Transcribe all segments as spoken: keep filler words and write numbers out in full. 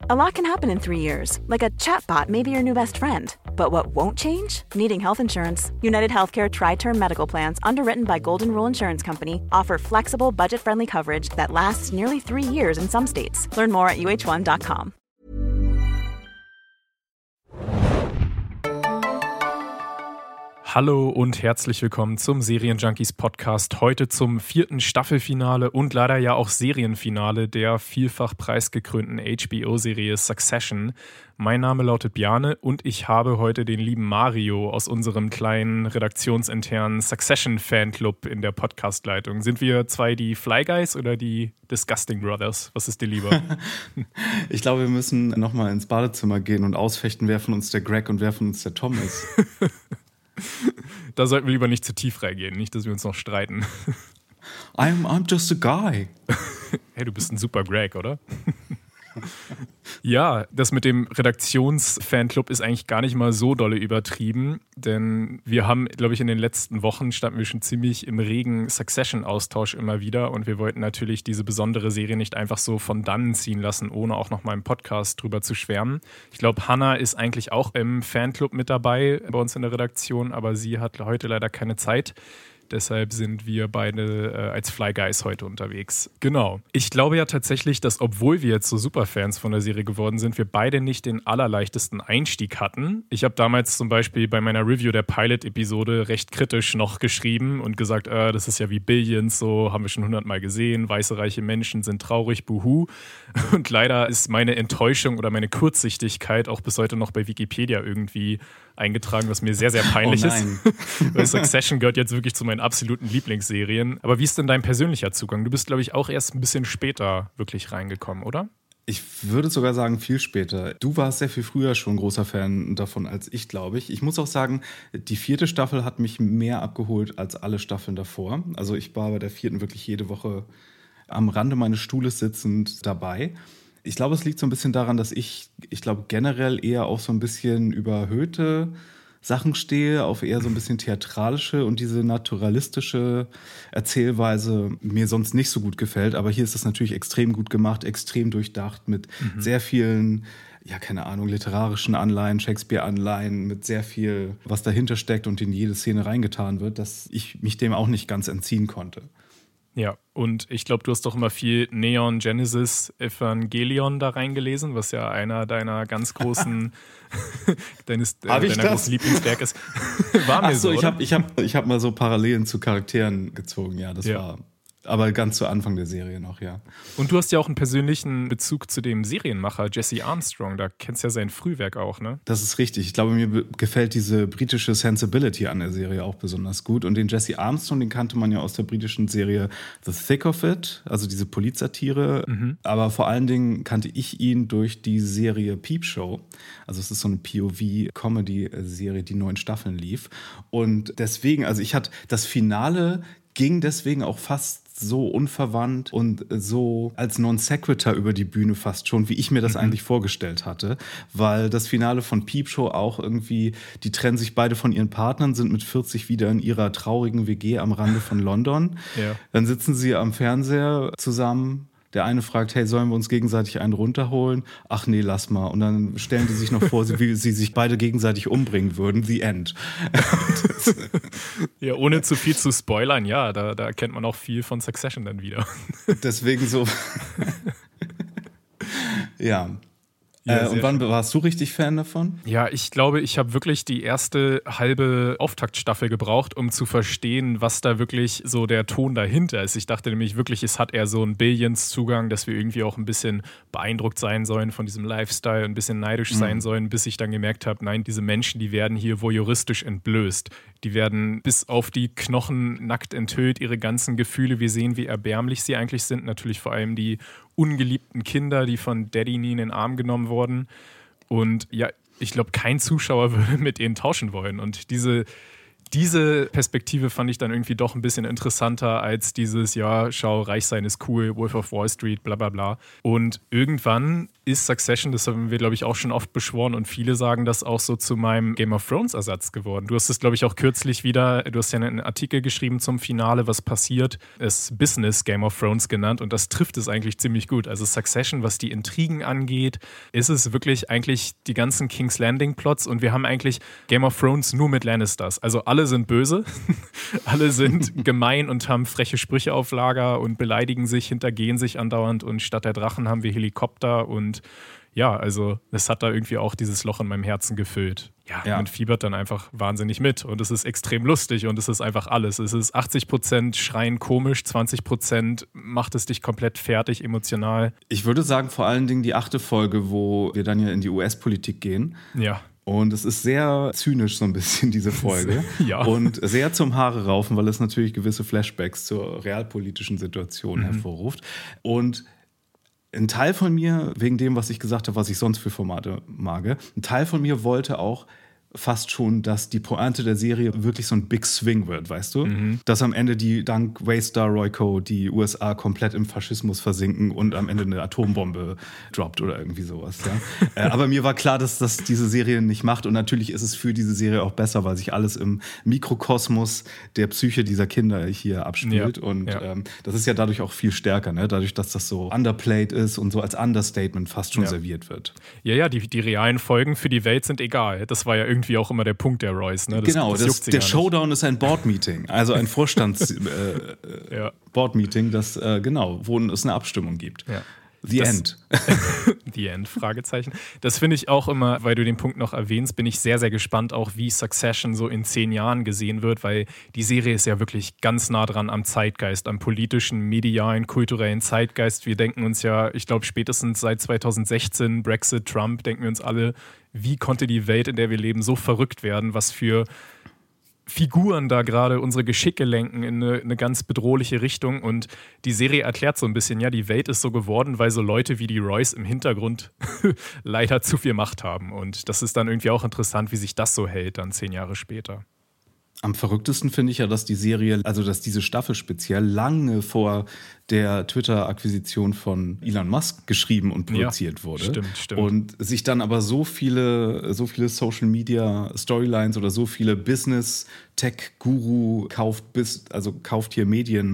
A lot can happen in three years, like a chatbot may be your new best friend. But what won't change? Needing health insurance. United Healthcare Tri-Term Medical Plans, underwritten by Golden Rule Insurance Company, offer flexible, budget-friendly coverage that lasts nearly three years in some states. Learn more at U H one dot com. Hallo und herzlich willkommen zum Serienjunkies Podcast. Heute zum vierten Staffelfinale und leider ja auch Serienfinale der vielfach preisgekrönten H B O-Serie Succession. Mein Name lautet Bjarne und ich habe heute den lieben Mario aus unserem kleinen redaktionsinternen Succession-Fanclub in der Podcastleitung. Sind wir zwei die Fly Guys oder die Disgusting Brothers? Was ist dir lieber? Ich glaube, wir müssen nochmal ins Badezimmer gehen und ausfechten, wer von uns der Greg und wer von uns der Tom ist. Da sollten wir lieber nicht zu tief reingehen, nicht, dass wir uns noch streiten. I'm, I'm just a guy. Hey, du bist ein super Greg, oder? Ja, das mit dem Redaktionsfanclub ist eigentlich gar nicht mal so dolle übertrieben, denn wir haben, glaube ich, in den letzten Wochen standen wir schon ziemlich im regen Succession-Austausch immer wieder und wir wollten natürlich diese besondere Serie nicht einfach so von dannen ziehen lassen, ohne auch noch mal im Podcast drüber zu schwärmen. Ich glaube, Hannah ist eigentlich auch im Fanclub mit dabei bei uns in der Redaktion, aber sie hat heute leider keine Zeit. Deshalb sind wir beide äh, als Fly Guys heute unterwegs. Genau. Ich glaube ja tatsächlich, dass obwohl wir jetzt so Superfans von der Serie geworden sind, wir beide nicht den allerleichtesten Einstieg hatten. Ich habe damals zum Beispiel bei meiner Review der Pilot-Episode recht kritisch noch geschrieben und gesagt, äh, das ist ja wie Billions, so haben wir schon hundertmal gesehen. Weiße, reiche Menschen sind traurig, buhu. Und leider ist meine Enttäuschung oder meine Kurzsichtigkeit auch bis heute noch bei Wikipedia irgendwie eingetragen, was mir sehr, sehr peinlich oh ist. Weil Succession gehört jetzt wirklich zu meinen absoluten Lieblingsserien. Aber wie ist denn dein persönlicher Zugang? Du bist, glaube ich, auch erst ein bisschen später wirklich reingekommen, oder? Ich würde sogar sagen, viel später. Du warst sehr viel früher schon großer Fan davon als ich, glaube ich. Ich muss auch sagen, die vierte Staffel hat mich mehr abgeholt als alle Staffeln davor. Also ich war bei der vierten wirklich jede Woche am Rande meines Stuhles sitzend dabei. Ich glaube, es liegt so ein bisschen daran, dass ich, ich glaube, generell eher auf so ein bisschen überhöhte Sachen stehe, auf eher so ein bisschen theatralische und diese naturalistische Erzählweise mir sonst nicht so gut gefällt. Aber hier ist das natürlich extrem gut gemacht, extrem durchdacht mit mhm. sehr vielen, ja, keine Ahnung, literarischen Anleihen, Shakespeare-Anleihen, mit sehr viel, was dahinter steckt und in jede Szene reingetan wird, dass ich mich dem auch nicht ganz entziehen konnte. Ja, und ich glaube, du hast doch immer viel Neon Genesis Evangelion da reingelesen, was ja einer deiner ganz großen, deines, äh, deiner großen Lieblingswerke ist. War mir Ach so, so, ich habe ich hab, ich hab mal so Parallelen zu Charakteren gezogen, ja, das ja. war... Aber ganz zu Anfang der Serie noch, ja. Und du hast ja auch einen persönlichen Bezug zu dem Serienmacher Jesse Armstrong. Da kennst du ja sein Frühwerk auch, ne? Das ist richtig. Ich glaube, mir be- gefällt diese britische Sensibility an der Serie auch besonders gut. Und den Jesse Armstrong, den kannte man ja aus der britischen Serie The Thick of It, also diese Polizsatire. Mhm. Aber vor allen Dingen kannte ich ihn durch die Serie Peep Show. Also es ist so eine P O V-Comedy-Serie, die neun Staffeln lief. Und deswegen, also ich hatte das Finale ging deswegen auch fast so unverwandt und so als Non-Sequitur über die Bühne fast schon, wie ich mir das mhm. eigentlich vorgestellt hatte. Weil das Finale von Peep Show auch irgendwie, die trennen sich beide von ihren Partnern, sind mit vierzig wieder in ihrer traurigen W G am Rande von London. Ja. Dann sitzen sie am Fernseher zusammen. Der eine fragt, hey, sollen wir uns gegenseitig einen runterholen? Ach nee, lass mal. Und dann stellen die sich noch vor, wie sie sich beide gegenseitig umbringen würden. The End. Ja, ohne zu viel zu spoilern, ja, da, da erkennt man auch viel von Succession dann wieder. Deswegen so. Ja. Ja, äh, und wann schön. Warst du richtig Fan davon? Ja, ich glaube, ich habe wirklich die erste halbe Auftaktstaffel gebraucht, um zu verstehen, was da wirklich so der Ton dahinter ist. Ich dachte nämlich wirklich, es hat eher so einen Billions-Zugang, dass wir irgendwie auch ein bisschen beeindruckt sein sollen von diesem Lifestyle, ein bisschen neidisch mhm. sein sollen, bis ich dann gemerkt habe, nein, diese Menschen, die werden hier voyeuristisch entblößt. Die werden bis auf die Knochen nackt enthüllt, ihre ganzen Gefühle. Wir sehen, wie erbärmlich sie eigentlich sind. Natürlich vor allem die ungeliebten Kinder, die von Daddy nie in den Arm genommen wurden. Und ja, ich glaube, kein Zuschauer würde mit ihnen tauschen wollen. Und diese, diese Perspektive fand ich dann irgendwie doch ein bisschen interessanter als dieses, ja, schau, reich sein ist cool, Wolf of Wall Street, bla bla bla. Und irgendwann ist Succession, das haben wir, glaube ich, auch schon oft beschworen und viele sagen das auch so zu meinem Game of Thrones Ersatz geworden. Du hast es, glaube ich, auch kürzlich wieder, du hast ja einen Artikel geschrieben zum Finale, was passiert, es Business Game of Thrones genannt und das trifft es eigentlich ziemlich gut. Also Succession, was die Intrigen angeht, ist es wirklich eigentlich die ganzen King's Landing Plots und wir haben eigentlich Game of Thrones nur mit Lannisters. Also alle sind böse, alle sind gemein und haben freche Sprüche auf Lager und beleidigen sich, hintergehen sich andauernd und statt der Drachen haben wir Helikopter und ja, also es hat da irgendwie auch dieses Loch in meinem Herzen gefüllt. Ja, ja, man fiebert dann einfach wahnsinnig mit und es ist extrem lustig und es ist einfach alles. Es ist achtzig Prozent schreien komisch, zwanzig Prozent macht es dich komplett fertig, emotional. Ich würde sagen, vor allen Dingen die achte Folge, wo wir dann ja in die U S-Politik gehen. Ja. Und es ist sehr zynisch so ein bisschen, diese Folge. Ja. Und sehr zum Haare raufen, weil es natürlich gewisse Flashbacks zur realpolitischen Situation mhm. hervorruft. Und ein Teil von mir, wegen dem, was ich gesagt habe, was ich sonst für Formate mag, ein Teil von mir wollte auch fast schon, dass die Pointe der Serie wirklich so ein Big Swing wird, weißt du? Mhm. Dass am Ende die dank Waystar Royco die U S A komplett im Faschismus versinken und am Ende eine Atombombe droppt oder irgendwie sowas. Ja? äh, aber mir war klar, dass das diese Serie nicht macht und natürlich ist es für diese Serie auch besser, weil sich alles im Mikrokosmos der Psyche dieser Kinder hier abspielt. Ja. Und ja. Ähm, das ist ja dadurch auch viel stärker, ne? Dadurch, dass das so underplayed ist und so als Understatement fast schon ja. serviert wird. Ja, ja, die, die realen Folgen für die Welt sind egal. Das war ja irgendwie wie auch immer der Punkt der Royce. Ne? Das, genau, das das, der Showdown ist ein Board-Meeting, also ein Vorstands-Board-Meeting, äh, ja. Board-Meeting, das, äh, genau, wo es eine Abstimmung gibt. Ja. The das, End. The End, Fragezeichen. Das finde ich auch immer, weil du den Punkt noch erwähnst, bin ich sehr, sehr gespannt auch, wie Succession so in zehn Jahren gesehen wird, weil die Serie ist ja wirklich ganz nah dran am Zeitgeist, am politischen, medialen, kulturellen Zeitgeist. Wir denken uns ja, ich glaube spätestens seit zweitausendsechzehn, Brexit, Trump, denken wir uns alle, wie konnte die Welt, in der wir leben, so verrückt werden, was für Figuren da gerade unsere Geschicke lenken in eine, eine ganz bedrohliche Richtung und die Serie erklärt so ein bisschen, ja, die Welt ist so geworden, weil so Leute wie die Royce im Hintergrund leider zu viel Macht haben und das ist dann irgendwie auch interessant, wie sich das so hält dann zehn Jahre später. Am verrücktesten finde ich ja, dass die Serie, also dass diese Staffel speziell lange vor der Twitter-Akquisition von Elon Musk geschrieben und produziert ja, wurde. Stimmt, stimmt. Und sich dann aber so viele, so viele Social-Media-Storylines oder so viele Business-Tech-Guru kauft, bis, also kauft hier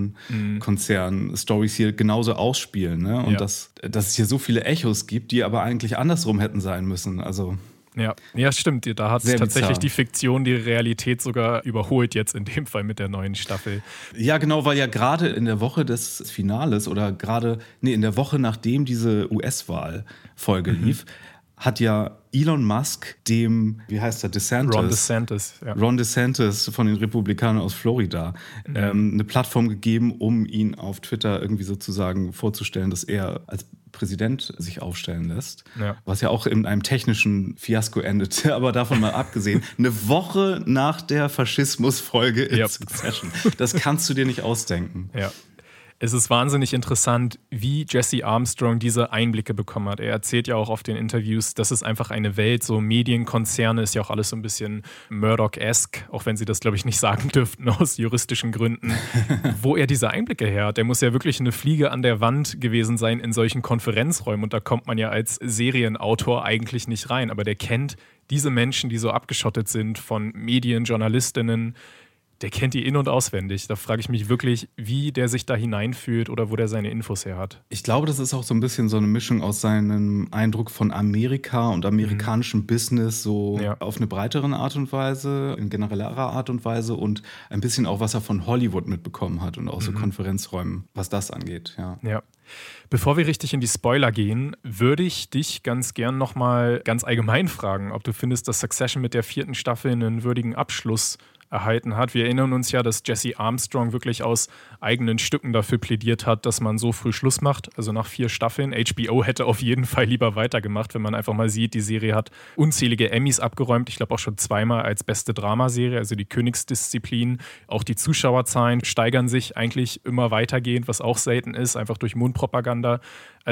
Medienkonzern-Stories hier genauso ausspielen. Ne? Und ja. dass, dass es hier so viele Echos gibt, die aber eigentlich andersrum hätten sein müssen. Also Ja, ja, stimmt. Da hat tatsächlich die Fiktion die Realität sogar überholt jetzt in dem Fall mit der neuen Staffel. Ja, genau, weil ja gerade in der Woche des Finales oder gerade, nee, in der Woche nachdem diese U S-Wahl-Folge mhm. lief, hat ja Elon Musk dem, wie heißt er, DeSantis, Ron DeSantis, ja. Ron DeSantis von den Republikanern aus Florida mhm. ähm, eine Plattform gegeben, um ihn auf Twitter irgendwie sozusagen vorzustellen, dass er als Präsident sich aufstellen lässt, ja. was ja auch in einem technischen Fiasko endete, aber davon mal abgesehen, eine Woche nach der Faschismusfolge in yep. Succession. Das kannst du dir nicht ausdenken. Ja. Es ist wahnsinnig interessant, wie Jesse Armstrong diese Einblicke bekommen hat. Er erzählt ja auch auf den Interviews, das ist einfach eine Welt, so Medienkonzerne, ist ja auch alles so ein bisschen Murdoch-esque, auch wenn sie das, glaube ich, nicht sagen dürften aus juristischen Gründen, wo er diese Einblicke her hat. Der muss ja wirklich eine Fliege an der Wand gewesen sein in solchen Konferenzräumen und da kommt man ja als Serienautor eigentlich nicht rein. Aber der kennt diese Menschen, die so abgeschottet sind von Medien, Journalistinnen, der kennt die in- und auswendig. Da frage ich mich wirklich, wie der sich da hineinfühlt oder wo der seine Infos her hat. Ich glaube, das ist auch so ein bisschen so eine Mischung aus seinem Eindruck von Amerika und amerikanischem mhm. Business, so ja. auf eine breitere Art und Weise, in generellerer Art und Weise und ein bisschen auch, was er von Hollywood mitbekommen hat und auch so mhm. Konferenzräumen, was das angeht. Ja. ja. Bevor wir richtig in die Spoiler gehen, würde ich dich ganz gern nochmal ganz allgemein fragen, ob du findest, dass Succession mit der vierten Staffel einen würdigen Abschluss erhalten hat. Wir erinnern uns ja, dass Jesse Armstrong wirklich aus eigenen Stücken dafür plädiert hat, dass man so früh Schluss macht, also nach vier Staffeln. H B O hätte auf jeden Fall lieber weitergemacht, wenn man einfach mal sieht, die Serie hat unzählige Emmys abgeräumt, ich glaube auch schon zweimal als beste Dramaserie, also die Königsdisziplin. Auch die Zuschauerzahlen steigern sich eigentlich immer weitergehend, was auch selten ist, einfach durch Mundpropaganda. Also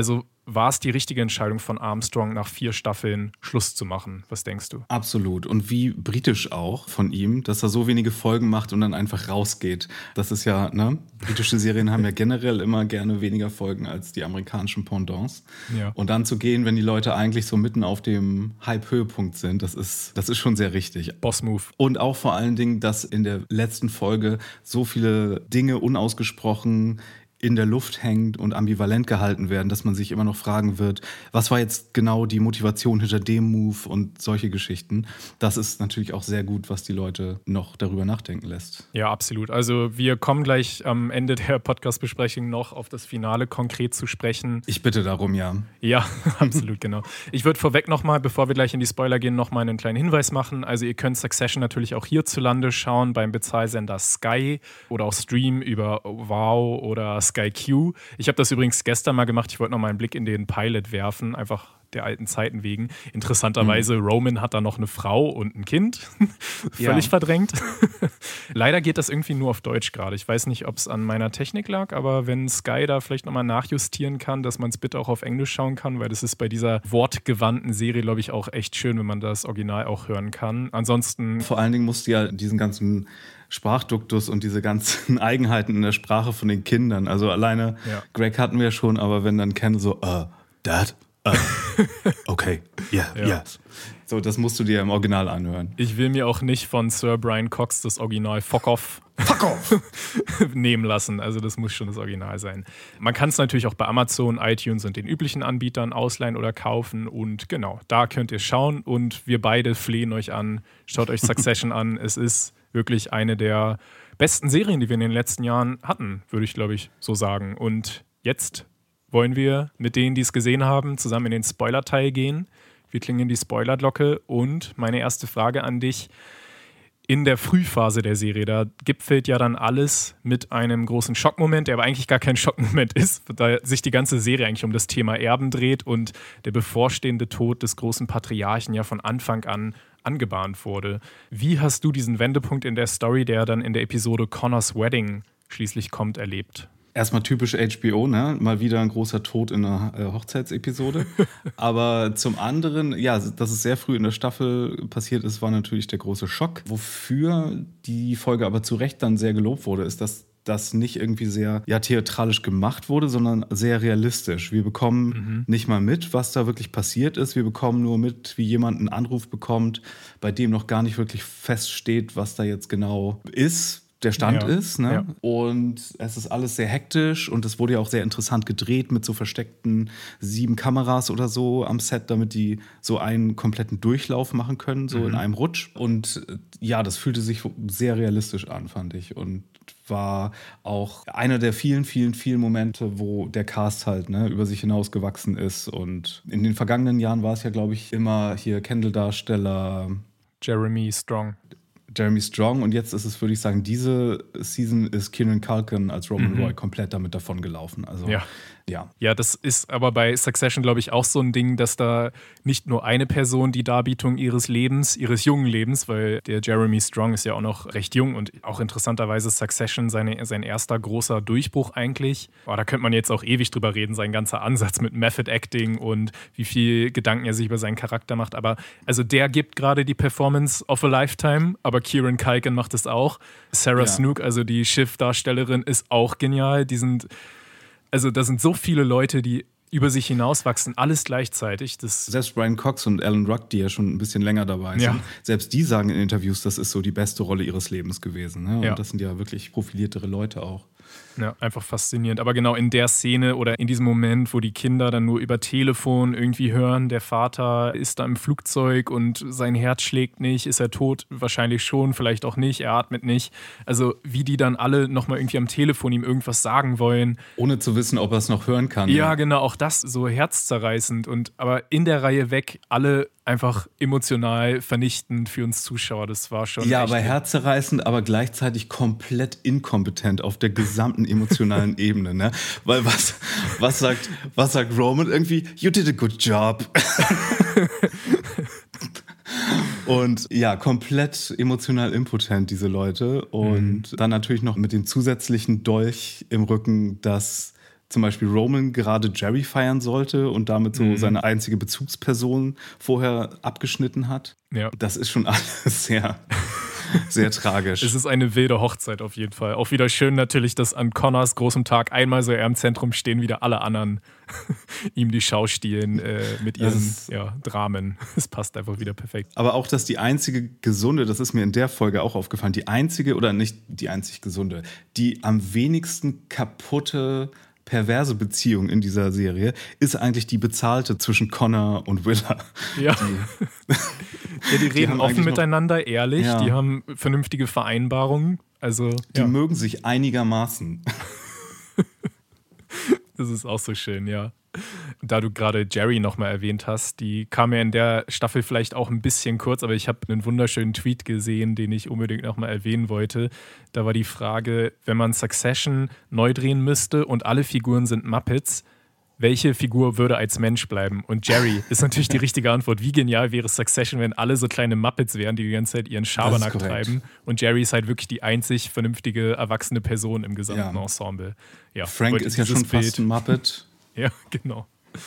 war es die richtige Entscheidung von Armstrong, nach vier Staffeln Schluss zu machen? Was denkst du? Absolut. Und wie britisch auch von ihm, dass er so wenige Folgen macht und dann einfach rausgeht. Das ist ja, ne? Britische Serien haben ja generell immer gerne weniger Folgen als die amerikanischen Pendants. Ja. Und dann zu gehen, wenn die Leute eigentlich so mitten auf dem Hype-Höhepunkt sind, das ist, das ist schon sehr richtig. Boss-Move. Und auch vor allen Dingen, dass in der letzten Folge so viele Dinge unausgesprochen in der Luft hängt und ambivalent gehalten werden, dass man sich immer noch fragen wird, was war jetzt genau die Motivation hinter dem Move und solche Geschichten. Das ist natürlich auch sehr gut, was die Leute noch darüber nachdenken lässt. Ja, absolut. Also wir kommen gleich am Ende der Podcast-Besprechung noch auf das Finale konkret zu sprechen. Ich bitte darum, ja. Ja, absolut, genau. Ich würde vorweg nochmal, bevor wir gleich in die Spoiler gehen, nochmal einen kleinen Hinweis machen. Also ihr könnt Succession natürlich auch hierzulande schauen beim Bezahlsender Sky oder auch streamen über Wow oder Sky Q. Ich habe das übrigens gestern mal gemacht. Ich wollte noch mal einen Blick in den Pilot werfen, einfach der alten Zeiten wegen. Interessanterweise, mhm. Roman hat da noch eine Frau und ein Kind. Völlig ja. verdrängt. Leider geht das irgendwie nur auf Deutsch gerade. Ich weiß nicht, ob es an meiner Technik lag, aber wenn Sky da vielleicht nochmal nachjustieren kann, dass man es bitte auch auf Englisch schauen kann, weil das ist bei dieser wortgewandten Serie, glaube ich, auch echt schön, wenn man das Original auch hören kann. Ansonsten... Vor allen Dingen musst du ja diesen ganzen Sprachduktus und diese ganzen Eigenheiten in der Sprache von den Kindern. Also alleine, ja. Greg hatten wir schon, aber wenn dann Ken so, uh, Dad, uh, okay, yeah, ja. yes. So, das musst du dir im Original anhören. Ich will mir auch nicht von Sir Brian Cox das Original Fuck off, Fuck off. nehmen lassen. Also das muss schon das Original sein. Man kann es natürlich auch bei Amazon, iTunes und den üblichen Anbietern ausleihen oder kaufen. Und genau, da könnt ihr schauen. Und wir beide flehen euch an. Schaut euch Succession an. Es ist wirklich eine der besten Serien, die wir in den letzten Jahren hatten, würde ich, glaube ich, so sagen. Und jetzt wollen wir mit denen, die es gesehen haben, zusammen in den Spoiler-Teil gehen. Wir klingen die Spoilerglocke und meine erste Frage an dich. In der Frühphase der Serie, da gipfelt ja dann alles mit einem großen Schockmoment, der aber eigentlich gar kein Schockmoment ist, da sich die ganze Serie eigentlich um das Thema Erben dreht und der bevorstehende Tod des großen Patriarchen ja von Anfang an angebahnt wurde. Wie hast du diesen Wendepunkt in der Story, der dann in der Episode Connors Wedding schließlich kommt, erlebt? Erstmal typisch H B O, ne? Mal wieder ein großer Tod in einer äh, Hochzeitsepisode. Aber zum anderen, ja, dass es sehr früh in der Staffel passiert ist, war natürlich der große Schock. Wofür die Folge aber zu Recht dann sehr gelobt wurde, ist, dass das nicht irgendwie sehr ja, theatralisch gemacht wurde, sondern sehr realistisch. Wir bekommen mhm. nicht mal mit, was da wirklich passiert ist. Wir bekommen nur mit, wie jemand einen Anruf bekommt, bei dem noch gar nicht wirklich feststeht, was da jetzt genau ist. Der Stand ja, ist, ne? Ja. Und es ist alles sehr hektisch und es wurde ja auch sehr interessant gedreht mit so versteckten sieben Kameras oder so am Set, damit die so einen kompletten Durchlauf machen können, so mhm. in einem Rutsch. Und ja, das fühlte sich sehr realistisch an, fand ich. Und war auch einer der vielen, vielen, vielen Momente, wo der Cast halt ne, über sich hinausgewachsen ist. Und in den vergangenen Jahren war es ja, glaube ich, immer hier Kendall-Darsteller Jeremy Strong. Jeremy Strong und jetzt ist es, würde ich sagen, diese Season ist Kieran Culkin als Roman mhm. Roy komplett damit davon gelaufen. Also, ja. ja. Ja, das ist aber bei Succession, glaube ich, auch so ein Ding, dass da nicht nur eine Person die Darbietung ihres Lebens, ihres jungen Lebens, weil der Jeremy Strong ist ja auch noch recht jung und auch interessanterweise Succession seine, sein erster großer Durchbruch eigentlich. Oh, da könnte man jetzt auch ewig drüber reden, sein ganzer Ansatz mit Method Acting und wie viel Gedanken er sich über seinen Charakter macht. Aber also der gibt gerade die Performance of a Lifetime, aber Kieran Culkin macht es auch. Sarah ja. Snook, also die Shiv-Darstellerin, ist auch genial. Die sind, also da sind so viele Leute, die über sich hinauswachsen, alles gleichzeitig. Das selbst Brian Cox und Alan Ruck, die ja schon ein bisschen länger dabei sind, ja. selbst die sagen in Interviews, das ist so die beste Rolle ihres Lebens gewesen. Ne? Und ja. das sind ja wirklich profiliertere Leute auch. Ja, einfach faszinierend. Aber genau in der Szene oder in diesem Moment, wo die Kinder dann nur über Telefon irgendwie hören, der Vater ist da im Flugzeug und sein Herz schlägt nicht, ist er tot? Wahrscheinlich schon, vielleicht auch nicht, er atmet nicht. Also wie die dann alle nochmal irgendwie am Telefon ihm irgendwas sagen wollen. Ohne zu wissen, ob er es noch hören kann. Ja, genau, auch das so herzzerreißend. Und aber in der Reihe weg alle einfach emotional vernichtend für uns Zuschauer. Das war schon ja, aber herzzerreißend, aber gleichzeitig komplett inkompetent auf der gesamten emotionalen Ebene. Ne? Weil was, was, sagt, was sagt Roman irgendwie? You did a good job. Und ja, komplett emotional impotent, diese Leute. Und mhm. dann natürlich noch mit dem zusätzlichen Dolch im Rücken, dass zum Beispiel Roman gerade Jerry feiern sollte und damit so mhm. seine einzige Bezugsperson vorher abgeschnitten hat. Ja. Das ist schon alles sehr, sehr tragisch. Es ist eine wilde Hochzeit auf jeden Fall. Auch wieder schön natürlich, dass an Connors großem Tag einmal so eher im Zentrum stehen, wieder alle anderen ihm die Schau stehlen äh, mit ihren ist, ja, Dramen. Es passt einfach wieder perfekt. Aber auch, dass die einzige gesunde, das ist mir in der Folge auch aufgefallen, die einzige, oder nicht die einzig gesunde, die am wenigsten kaputte perverse Beziehung in dieser Serie ist eigentlich die bezahlte zwischen Connor und Willa. Ja, die, ja, die reden die offen miteinander, noch, ehrlich. Ja. Die haben vernünftige Vereinbarungen. Also, die ja. mögen sich einigermaßen. Das ist auch so schön, ja. Da du gerade Jerry nochmal erwähnt hast, die kam ja in der Staffel vielleicht auch ein bisschen kurz, aber ich habe einen wunderschönen Tweet gesehen, den ich unbedingt nochmal erwähnen wollte. Da war die Frage, wenn man Succession neu drehen müsste und alle Figuren sind Muppets, welche Figur würde als Mensch bleiben? Und Jerry ist natürlich die richtige Antwort. Wie genial wäre Succession, wenn alle so kleine Muppets wären, die die ganze Zeit ihren Schabernack treiben. Und Jerry ist halt wirklich die einzig vernünftige, erwachsene Person im gesamten ja. Ensemble. Ja, Frank ist ja schon Bild, fast ein Muppet. Ja, genau.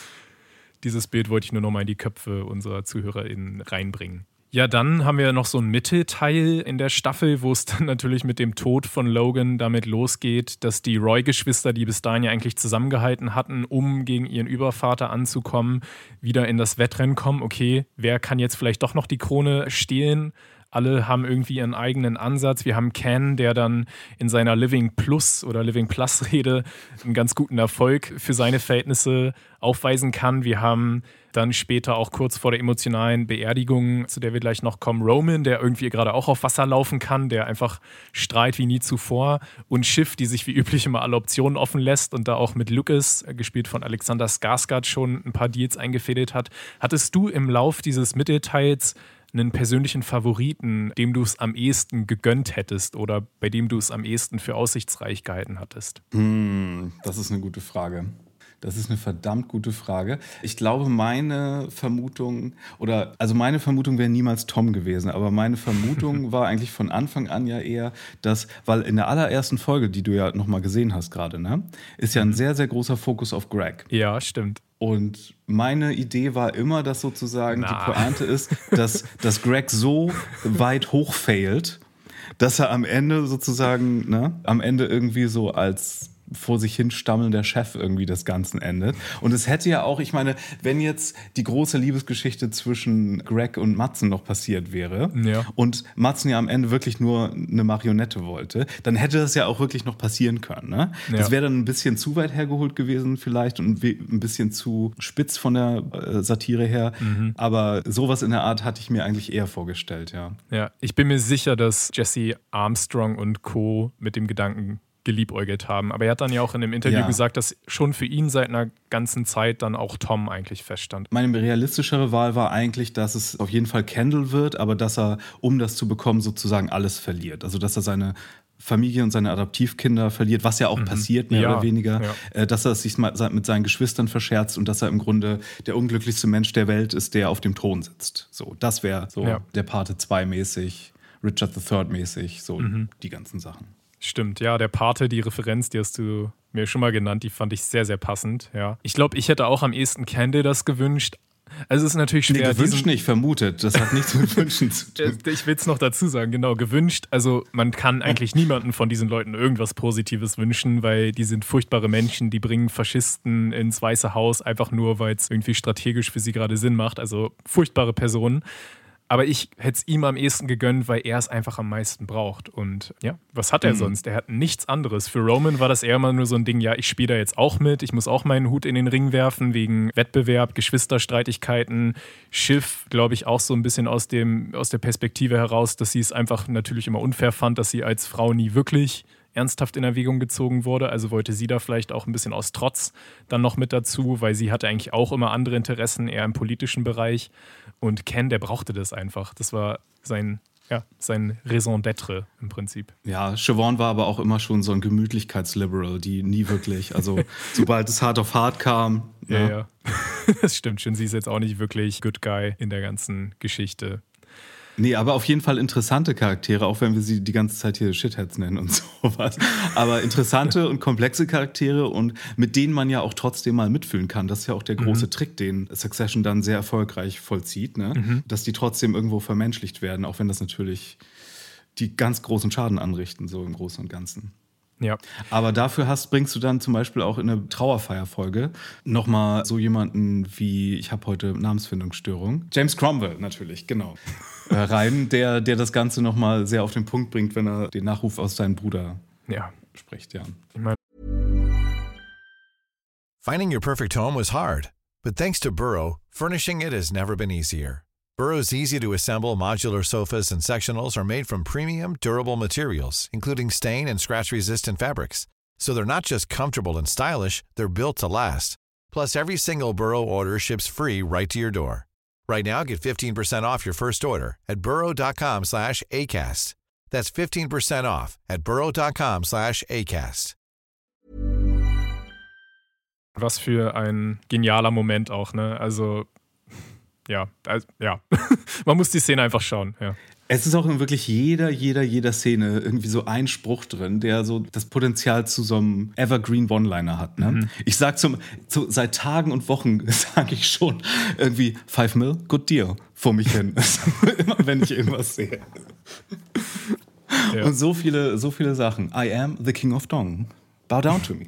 Dieses Bild wollte ich nur noch mal in die Köpfe unserer ZuhörerInnen reinbringen. Ja, dann haben wir noch so einen Mittelteil in der Staffel, wo es dann natürlich mit dem Tod von Logan damit losgeht, dass die Roy-Geschwister, die bis dahin ja eigentlich zusammengehalten hatten, um gegen ihren Übervater anzukommen, wieder in das Wettrennen kommen. Okay, wer kann jetzt vielleicht doch noch die Krone stehlen? Alle haben irgendwie ihren eigenen Ansatz. Wir haben Ken, der dann in seiner Living Plus oder Living Plus Rede einen ganz guten Erfolg für seine Verhältnisse aufweisen kann. Wir haben dann später auch kurz vor der emotionalen Beerdigung, zu der wir gleich noch kommen, Roman, der irgendwie gerade auch auf Wasser laufen kann, der einfach strahlt wie nie zuvor. Und Schiff, die sich wie üblich immer alle Optionen offen lässt und da auch mit Lucas, gespielt von Alexander Skarsgård, schon ein paar Deals eingefädelt hat. Hattest du im Lauf dieses Mittelteils einen persönlichen Favoriten, dem du es am ehesten gegönnt hättest oder bei dem du es am ehesten für aussichtsreich gehalten hattest? Hm, das ist eine gute Frage. Das ist eine verdammt gute Frage. Ich glaube, meine Vermutung, oder also meine Vermutung wäre niemals Tom gewesen, aber meine Vermutung war eigentlich von Anfang an ja eher, dass, weil in der allerersten Folge, die du ja nochmal gesehen hast gerade, ne, ist ja ein sehr, sehr großer Fokus auf Greg. Ja, stimmt. Und meine Idee war immer, dass sozusagen Na. die Pointe ist, dass, dass Greg so weit hochfailt, dass er am Ende sozusagen, ne, am Ende irgendwie so als vor sich hin stammelnder Chef irgendwie des Ganzen endet. Und es hätte ja auch, ich meine, wenn jetzt die große Liebesgeschichte zwischen Greg und Matzen noch passiert wäre ja. und Matzen ja am Ende wirklich nur eine Marionette wollte, dann hätte das ja auch wirklich noch passieren können. Ne? Ja. Das wäre dann ein bisschen zu weit hergeholt gewesen vielleicht und ein bisschen zu spitz von der äh, Satire her. Mhm. Aber sowas in der Art hatte ich mir eigentlich eher vorgestellt, ja. Ja, ich bin mir sicher, dass Jesse Armstrong und Co. mit dem Gedanken geliebäugelt haben. Aber er hat dann ja auch in einem Interview ja. gesagt, dass schon für ihn seit einer ganzen Zeit dann auch Tom eigentlich feststand. Meine realistischere Wahl war eigentlich, dass es auf jeden Fall Kendall wird, aber dass er, um das zu bekommen, sozusagen alles verliert. Also dass er seine Familie und seine Adoptivkinder verliert, was ja auch mhm. passiert, mehr ja. oder weniger. Ja. Dass er sich mit seinen Geschwistern verscherzt und dass er im Grunde der unglücklichste Mensch der Welt ist, der auf dem Thron sitzt. So, das wäre so ja. der Pate zwei mäßig, Richard the Third mäßig, so mhm. die ganzen Sachen. Stimmt, ja, der Pate, die Referenz, die hast du mir schon mal genannt, die fand ich sehr, sehr passend, ja. Ich glaube, ich hätte auch am ehesten Candy das gewünscht. Also es ist natürlich schwer. Nee, gewünscht nicht, vermutet. Das hat nichts mit Wünschen zu tun. Ich will es noch dazu sagen, genau, gewünscht. Also man kann eigentlich niemanden von diesen Leuten irgendwas Positives wünschen, weil die sind furchtbare Menschen, die bringen Faschisten ins Weiße Haus, einfach nur, weil es irgendwie strategisch für sie gerade Sinn macht. Also furchtbare Personen. Aber ich hätte es ihm am ehesten gegönnt, weil er es einfach am meisten braucht. Und ja, was hat er mhm. sonst? Er hat nichts anderes. Für Roman war das eher mal nur so ein Ding, ja, ich spiele da jetzt auch mit, ich muss auch meinen Hut in den Ring werfen, wegen Wettbewerb, Geschwisterstreitigkeiten. Schiff, glaube ich, auch so ein bisschen aus, dem, aus der Perspektive heraus, dass sie es einfach natürlich immer unfair fand, dass sie als Frau nie wirklich ernsthaft in Erwägung gezogen wurde. Also wollte sie da vielleicht auch ein bisschen aus Trotz dann noch mit dazu, weil sie hatte eigentlich auch immer andere Interessen, eher im politischen Bereich. Und Ken, der brauchte das einfach. Das war sein, ja, sein Raison d'être im Prinzip. Ja, Siobhan war aber auch immer schon so ein Gemütlichkeitsliberal, die nie wirklich, also sobald es hart auf hart kam. Ja, ja, ja. Das stimmt schon. Sie ist jetzt auch nicht wirklich Good Guy in der ganzen Geschichte. Nee, aber auf jeden Fall interessante Charaktere, auch wenn wir sie die ganze Zeit hier Shitheads nennen und sowas. Aber interessante und komplexe Charaktere und mit denen man ja auch trotzdem mal mitfühlen kann. Das ist ja auch der große mhm. Trick, den Succession dann sehr erfolgreich vollzieht, ne? Mhm. Dass die trotzdem irgendwo vermenschlicht werden, auch wenn das natürlich die ganz großen Schaden anrichten, so im Großen und Ganzen. Ja. Aber dafür hast, bringst du dann zum Beispiel auch in eine Trauerfeierfolge nochmal so jemanden wie, ich habe heute Namensfindungsstörung, James Cromwell natürlich, genau, äh, rein, der, der das Ganze nochmal sehr auf den Punkt bringt, wenn er den Nachruf aus seinem Bruder ja. spricht. Ja. Ich mein Finding your perfect home was hard, but thanks to Burrow, furnishing it has never been easier. Burrow's easy-to-assemble modular sofas and sectionals are made from premium, durable materials, including stain and scratch-resistant fabrics. So they're not just comfortable and stylish, they're built to last. Plus, every single Burrow order ships free right to your door. Right now, get fifteen percent off your first order at burrow.com slash ACAST. That's fifteen percent off at burrow.com slash ACAST. Was für ein genialer Moment auch, ne? Also Ja, also, ja. Man muss die Szene einfach schauen. Ja. Es ist auch in wirklich jeder, jeder, jeder Szene irgendwie so ein Spruch drin, der so das Potenzial zu so einem Evergreen One-Liner hat. Ne? Mhm. Ich sag zum, zu, seit Tagen und Wochen sage ich schon irgendwie Five Mil, good deal, vor mich hin. Immer wenn ich irgendwas sehe. Ja. Und so viele, so viele Sachen. I am the king of Dong. Bow down to me.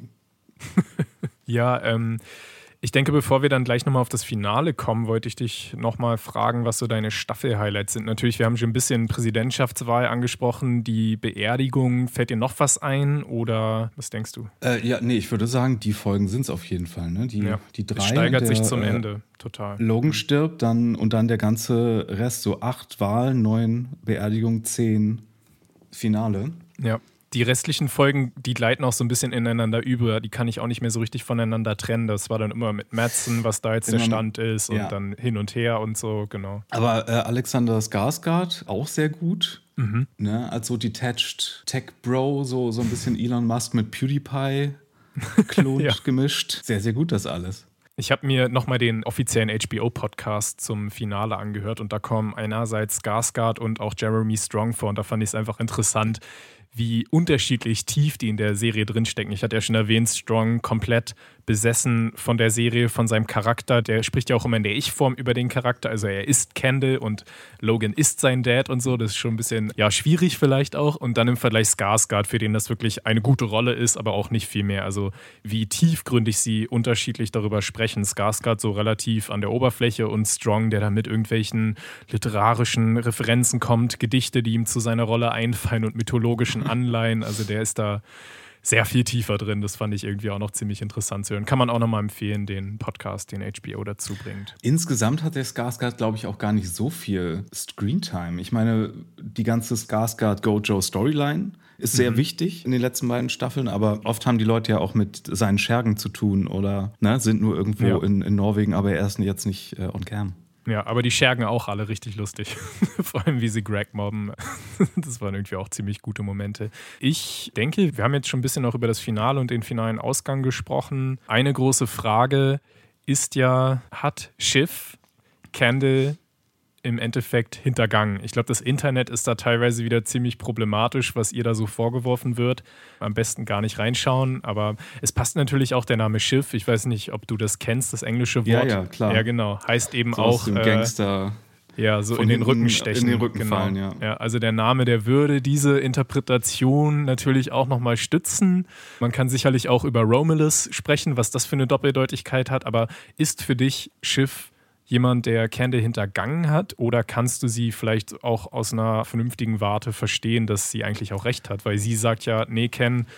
Ja, ähm. Ich denke, bevor wir dann gleich nochmal auf das Finale kommen, wollte ich dich nochmal fragen, was so deine Staffel-Highlights sind. Natürlich, wir haben schon ein bisschen Präsidentschaftswahl angesprochen, die Beerdigung. Fällt dir noch was ein oder was denkst du? Äh, ja, nee, ich würde sagen, die Folgen sind es auf jeden Fall. Ne? Die, ja, die drei. Es steigert der, sich zum äh, Ende, total. Logan stirbt dann und dann der ganze Rest, so acht Wahlen, neun Beerdigung, zehn Finale. Ja. Die restlichen Folgen, die gleiten auch so ein bisschen ineinander über. Die kann ich auch nicht mehr so richtig voneinander trennen. Das war dann immer mit Madsen, was da jetzt der Stand ist und ja. dann hin und her und so, genau. Aber äh, Alexander Skarsgård auch sehr gut. Mhm. Ne? Als so detached Tech-Bro, so, so ein bisschen Elon Musk mit PewDiePie-Klon ja. gemischt. Sehr, sehr gut das alles. Ich habe mir nochmal den offiziellen H B O-Podcast zum Finale angehört und da kommen einerseits Skarsgård und auch Jeremy Strong vor und da fand ich es einfach interessant, wie unterschiedlich tief die in der Serie drinstecken. Ich hatte ja schon erwähnt, Strong komplett besessen von der Serie, von seinem Charakter. Der spricht ja auch immer in der Ich-Form über den Charakter. Also er ist Kendall und Logan ist sein Dad und so. Das ist schon ein bisschen ja, schwierig vielleicht auch. Und dann im Vergleich Skarsgård, für den das wirklich eine gute Rolle ist, aber auch nicht viel mehr. Also wie tiefgründig sie unterschiedlich darüber sprechen. Skarsgård so relativ an der Oberfläche und Strong, der dann mit irgendwelchen literarischen Referenzen kommt, Gedichte, die ihm zu seiner Rolle einfallen und mythologischen Anleihen. Also der ist da sehr viel tiefer drin. Das fand ich irgendwie auch noch ziemlich interessant zu hören. Kann man auch nochmal empfehlen, den Podcast, den H B O dazu bringt. Insgesamt hat der Skarsgård, glaube ich, auch gar nicht so viel Screentime. Ich meine, die ganze Skarsgård-Gojo-Storyline ist sehr mhm. wichtig in den letzten beiden Staffeln, aber oft haben die Leute ja auch mit seinen Schergen zu tun oder ne, sind nur irgendwo ja. in, in Norwegen, aber er ist jetzt nicht äh, on cam. Ja, aber die Schergen auch alle richtig lustig. Vor allem, wie sie Greg mobben. Das waren irgendwie auch ziemlich gute Momente. Ich denke, wir haben jetzt schon ein bisschen noch über das Finale und den finalen Ausgang gesprochen. Eine große Frage ist ja, hat Shiv Kendall im Endeffekt hintergangen? Ich glaube, das Internet ist da teilweise wieder ziemlich problematisch, was ihr da so vorgeworfen wird. Am besten gar nicht reinschauen, aber es passt natürlich auch der Name Shiv. Ich weiß nicht, ob du das kennst, das englische Wort. Ja, ja, klar. Ja, genau. Heißt eben so auch aus dem Gangster. Äh, ja, so in den Rücken stechen. In den Rücken genau. fallen, ja. ja. Also der Name, der würde diese Interpretation natürlich auch nochmal stützen. Man kann sicherlich auch über Romulus sprechen, was das für eine Doppeldeutigkeit hat, aber ist für dich Shiv jemand, der Kendall hintergangen hat? Oder kannst du sie vielleicht auch aus einer vernünftigen Warte verstehen, dass sie eigentlich auch recht hat? Weil sie sagt ja, nee, Ken,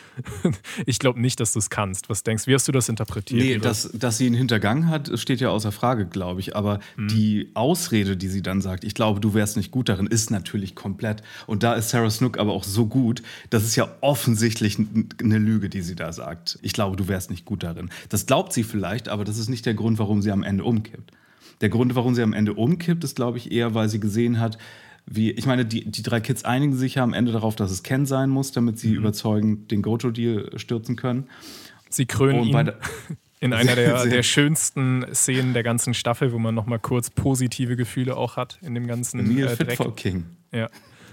ich glaube nicht, dass du es kannst. Was denkst du, wie hast du das interpretiert? Nee, dass, dass sie ihn hintergangen hat, steht ja außer Frage, glaube ich. Aber mhm. die Ausrede, die sie dann sagt, ich glaube, du wärst nicht gut darin, ist natürlich komplett. Und da ist Sarah Snook aber auch so gut, das ist ja offensichtlich eine Lüge, die sie da sagt. Ich glaube, du wärst nicht gut darin. Das glaubt sie vielleicht, aber das ist nicht der Grund, warum sie am Ende umkippt. Der Grund, warum sie am Ende umkippt, ist, glaube ich, eher, weil sie gesehen hat, wie, ich meine, die, die drei Kids einigen sich ja am Ende darauf, dass es Ken sein muss, damit sie mhm. überzeugend den Gojo-Deal stürzen können. Sie krönen Und ihn. Bei der, In einer der, der schönsten Szenen der ganzen Staffel, wo man nochmal kurz positive Gefühle auch hat in dem ganzen Neil äh, Fit Dreck. for King. Ja.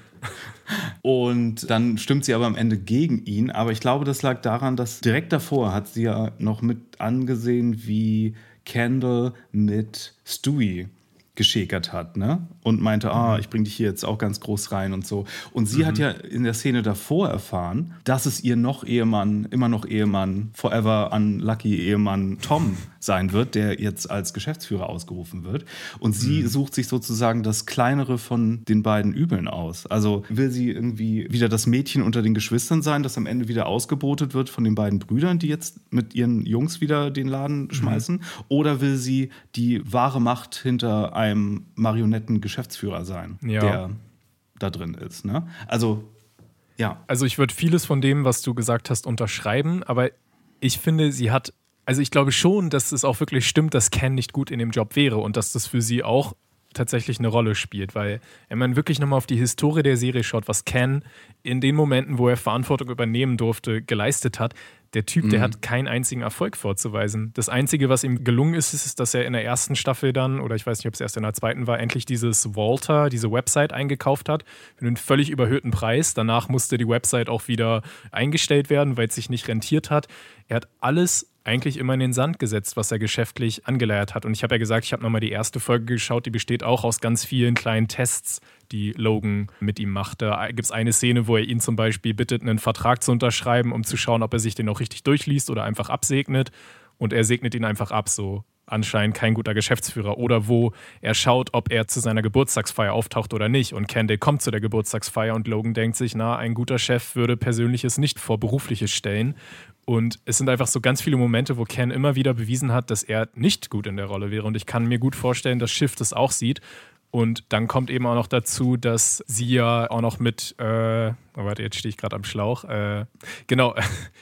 Und dann stimmt sie aber am Ende gegen ihn. Aber ich glaube, das lag daran, dass direkt davor hat sie ja noch mit angesehen, wie Kendall mit Stewie geschäkert hat, ne? Und meinte, ah, ich bring dich hier jetzt auch ganz groß rein und so. Und sie mhm. hat ja in der Szene davor erfahren, dass es ihr noch Ehemann, immer noch Ehemann, forever unlucky Ehemann Tom sein wird, der jetzt als Geschäftsführer ausgerufen wird. Und sie mhm. sucht sich sozusagen das kleinere von den beiden Übeln aus. Also will sie irgendwie wieder das Mädchen unter den Geschwistern sein, das am Ende wieder ausgebotet wird von den beiden Brüdern, die jetzt mit ihren Jungs wieder den Laden schmeißen? Mhm. Oder will sie die wahre Macht hinter einem Marionetten-Geschäftsführer sein, ja. der da drin ist, ne? Also, ja. Also ich würde vieles von dem, was du gesagt hast, unterschreiben, aber ich finde, sie hat, also ich glaube schon, dass es auch wirklich stimmt, dass Ken nicht gut in dem Job wäre und dass das für sie auch tatsächlich eine Rolle spielt, weil wenn man wirklich nochmal auf die Historie der Serie schaut, was Ken in den Momenten, wo er Verantwortung übernehmen durfte, geleistet hat, der Typ, mhm. der hat keinen einzigen Erfolg vorzuweisen. Das Einzige, was ihm gelungen ist, ist, dass er in der ersten Staffel dann, oder ich weiß nicht, ob es erst in der zweiten war, endlich dieses Walter, diese Website eingekauft hat, für einen völlig überhöhten Preis. Danach musste die Website auch wieder eingestellt werden, weil es sich nicht rentiert hat. Er hat alles eigentlich immer in den Sand gesetzt, was er geschäftlich angeleiert hat. Und ich habe ja gesagt, ich habe nochmal die erste Folge geschaut, die besteht auch aus ganz vielen kleinen Tests, die Logan mit ihm macht. Da gibt es eine Szene, wo er ihn zum Beispiel bittet, einen Vertrag zu unterschreiben, um zu schauen, ob er sich den auch richtig durchliest oder einfach absegnet. Und er segnet ihn einfach ab, so anscheinend kein guter Geschäftsführer. Oder wo er schaut, ob er zu seiner Geburtstagsfeier auftaucht oder nicht. Und Kendall kommt zu der Geburtstagsfeier und Logan denkt sich, na, ein guter Chef würde Persönliches nicht vor Berufliches stellen. Und es sind einfach so ganz viele Momente, wo Ken immer wieder bewiesen hat, dass er nicht gut in der Rolle wäre. Und ich kann mir gut vorstellen, dass Schiff das auch sieht. Und dann kommt eben auch noch dazu, dass sie ja auch noch mit, äh, oh, warte, jetzt stehe ich gerade am Schlauch. Äh, genau,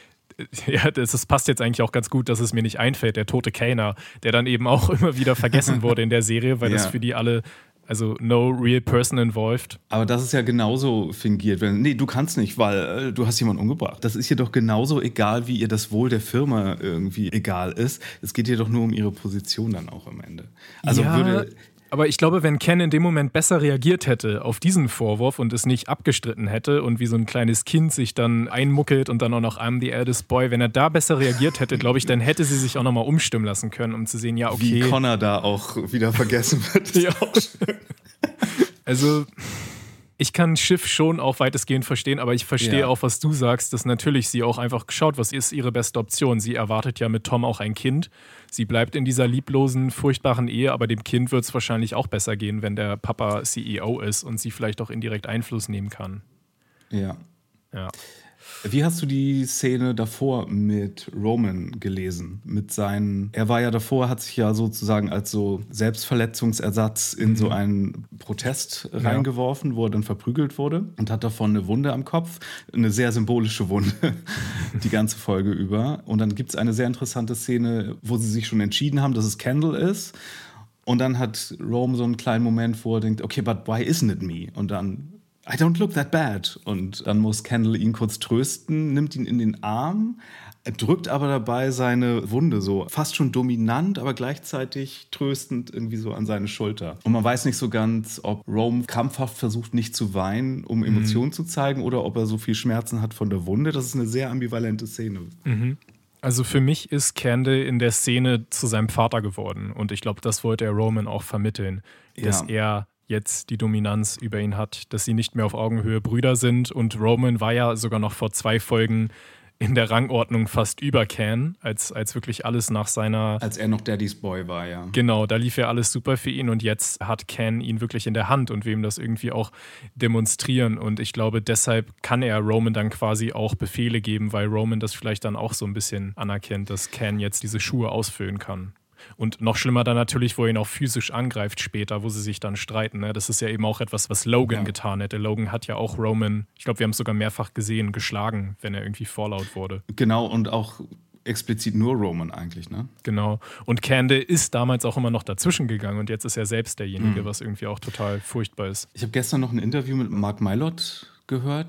ja, das, das passt jetzt eigentlich auch ganz gut, dass es mir nicht einfällt, der tote Kellner, der dann eben auch immer wieder vergessen wurde in der Serie, weil ja. das für die alle... Also no real person involved. Aber das ist ja genauso fingiert. Wenn, nee, du kannst nicht, weil äh, du hast jemanden umgebracht. Das ist ihr doch genauso egal, wie ihr das Wohl der Firma irgendwie egal ist. Es geht ihr doch nur um ihre Position dann auch am Ende. Also ja, würde... Aber ich glaube, wenn Ken in dem Moment besser reagiert hätte auf diesen Vorwurf und es nicht abgestritten hätte und wie so ein kleines Kind sich dann einmuckelt und dann auch noch I'm the eldest boy, wenn er da besser reagiert hätte, glaube ich, dann hätte sie sich auch nochmal umstimmen lassen können, um zu sehen, ja, okay. Wie Connor da auch wieder vergessen wird. Ja. Also... Ich kann Schiff schon auch weitestgehend verstehen, aber ich verstehe ja. auch, was du sagst, dass natürlich sie auch einfach schaut, was ist ihre beste Option. Sie erwartet ja mit Tom auch ein Kind. Sie bleibt in dieser lieblosen, furchtbaren Ehe, aber dem Kind wird es wahrscheinlich auch besser gehen, wenn der Papa C E O ist und sie vielleicht auch indirekt Einfluss nehmen kann. Ja. Ja. Wie hast du die Szene davor mit Roman gelesen? Mit seinen, er war ja davor, hat sich ja sozusagen als so Selbstverletzungsersatz in mhm. so einen Protest ja. reingeworfen, wo er dann verprügelt wurde und hat davon eine Wunde am Kopf, eine sehr symbolische Wunde, die ganze Folge über. Und dann gibt es eine sehr interessante Szene, wo sie sich schon entschieden haben, dass es Kendall ist. Und dann hat Rome so einen kleinen Moment, wo er denkt, okay, but why isn't it me? Und dann I don't look that bad. Und dann muss Kendall ihn kurz trösten, nimmt ihn in den Arm, drückt aber dabei seine Wunde so fast schon dominant, aber gleichzeitig tröstend irgendwie so an seine Schulter. Und man weiß nicht so ganz, ob Rome krampfhaft versucht, nicht zu weinen, um Emotionen mhm. zu zeigen, oder ob er so viel Schmerzen hat von der Wunde. Das ist eine sehr ambivalente Szene. Mhm. Also für mich ist Kendall in der Szene zu seinem Vater geworden. Und ich glaube, das wollte er Roman auch vermitteln, dass ja. er jetzt die Dominanz über ihn hat, dass sie nicht mehr auf Augenhöhe Brüder sind. Und Roman war ja sogar noch vor zwei Folgen in der Rangordnung fast über Ken, als, als wirklich alles nach seiner... Als er noch Daddy's Boy war, ja. Genau, da lief ja alles super für ihn und jetzt hat Ken ihn wirklich in der Hand und will ihm das irgendwie auch demonstrieren. Und ich glaube, deshalb kann er Roman dann quasi auch Befehle geben, weil Roman das vielleicht dann auch so ein bisschen anerkennt, dass Ken jetzt diese Schuhe ausfüllen kann. Und noch schlimmer dann natürlich, wo er ihn auch physisch angreift später, wo sie sich dann streiten. Ne? Das ist ja eben auch etwas, was Logan ja. getan hätte. Logan hat ja auch Roman, ich glaube, wir haben es sogar mehrfach gesehen, geschlagen, wenn er irgendwie vorlaut wurde. Genau, und auch explizit nur Roman eigentlich, ne? Genau. Und Kendall ist damals auch immer noch dazwischen gegangen und jetzt ist er selbst derjenige, mhm. was irgendwie auch total furchtbar ist. Ich habe gestern noch ein Interview mit Mark Mylod gehört.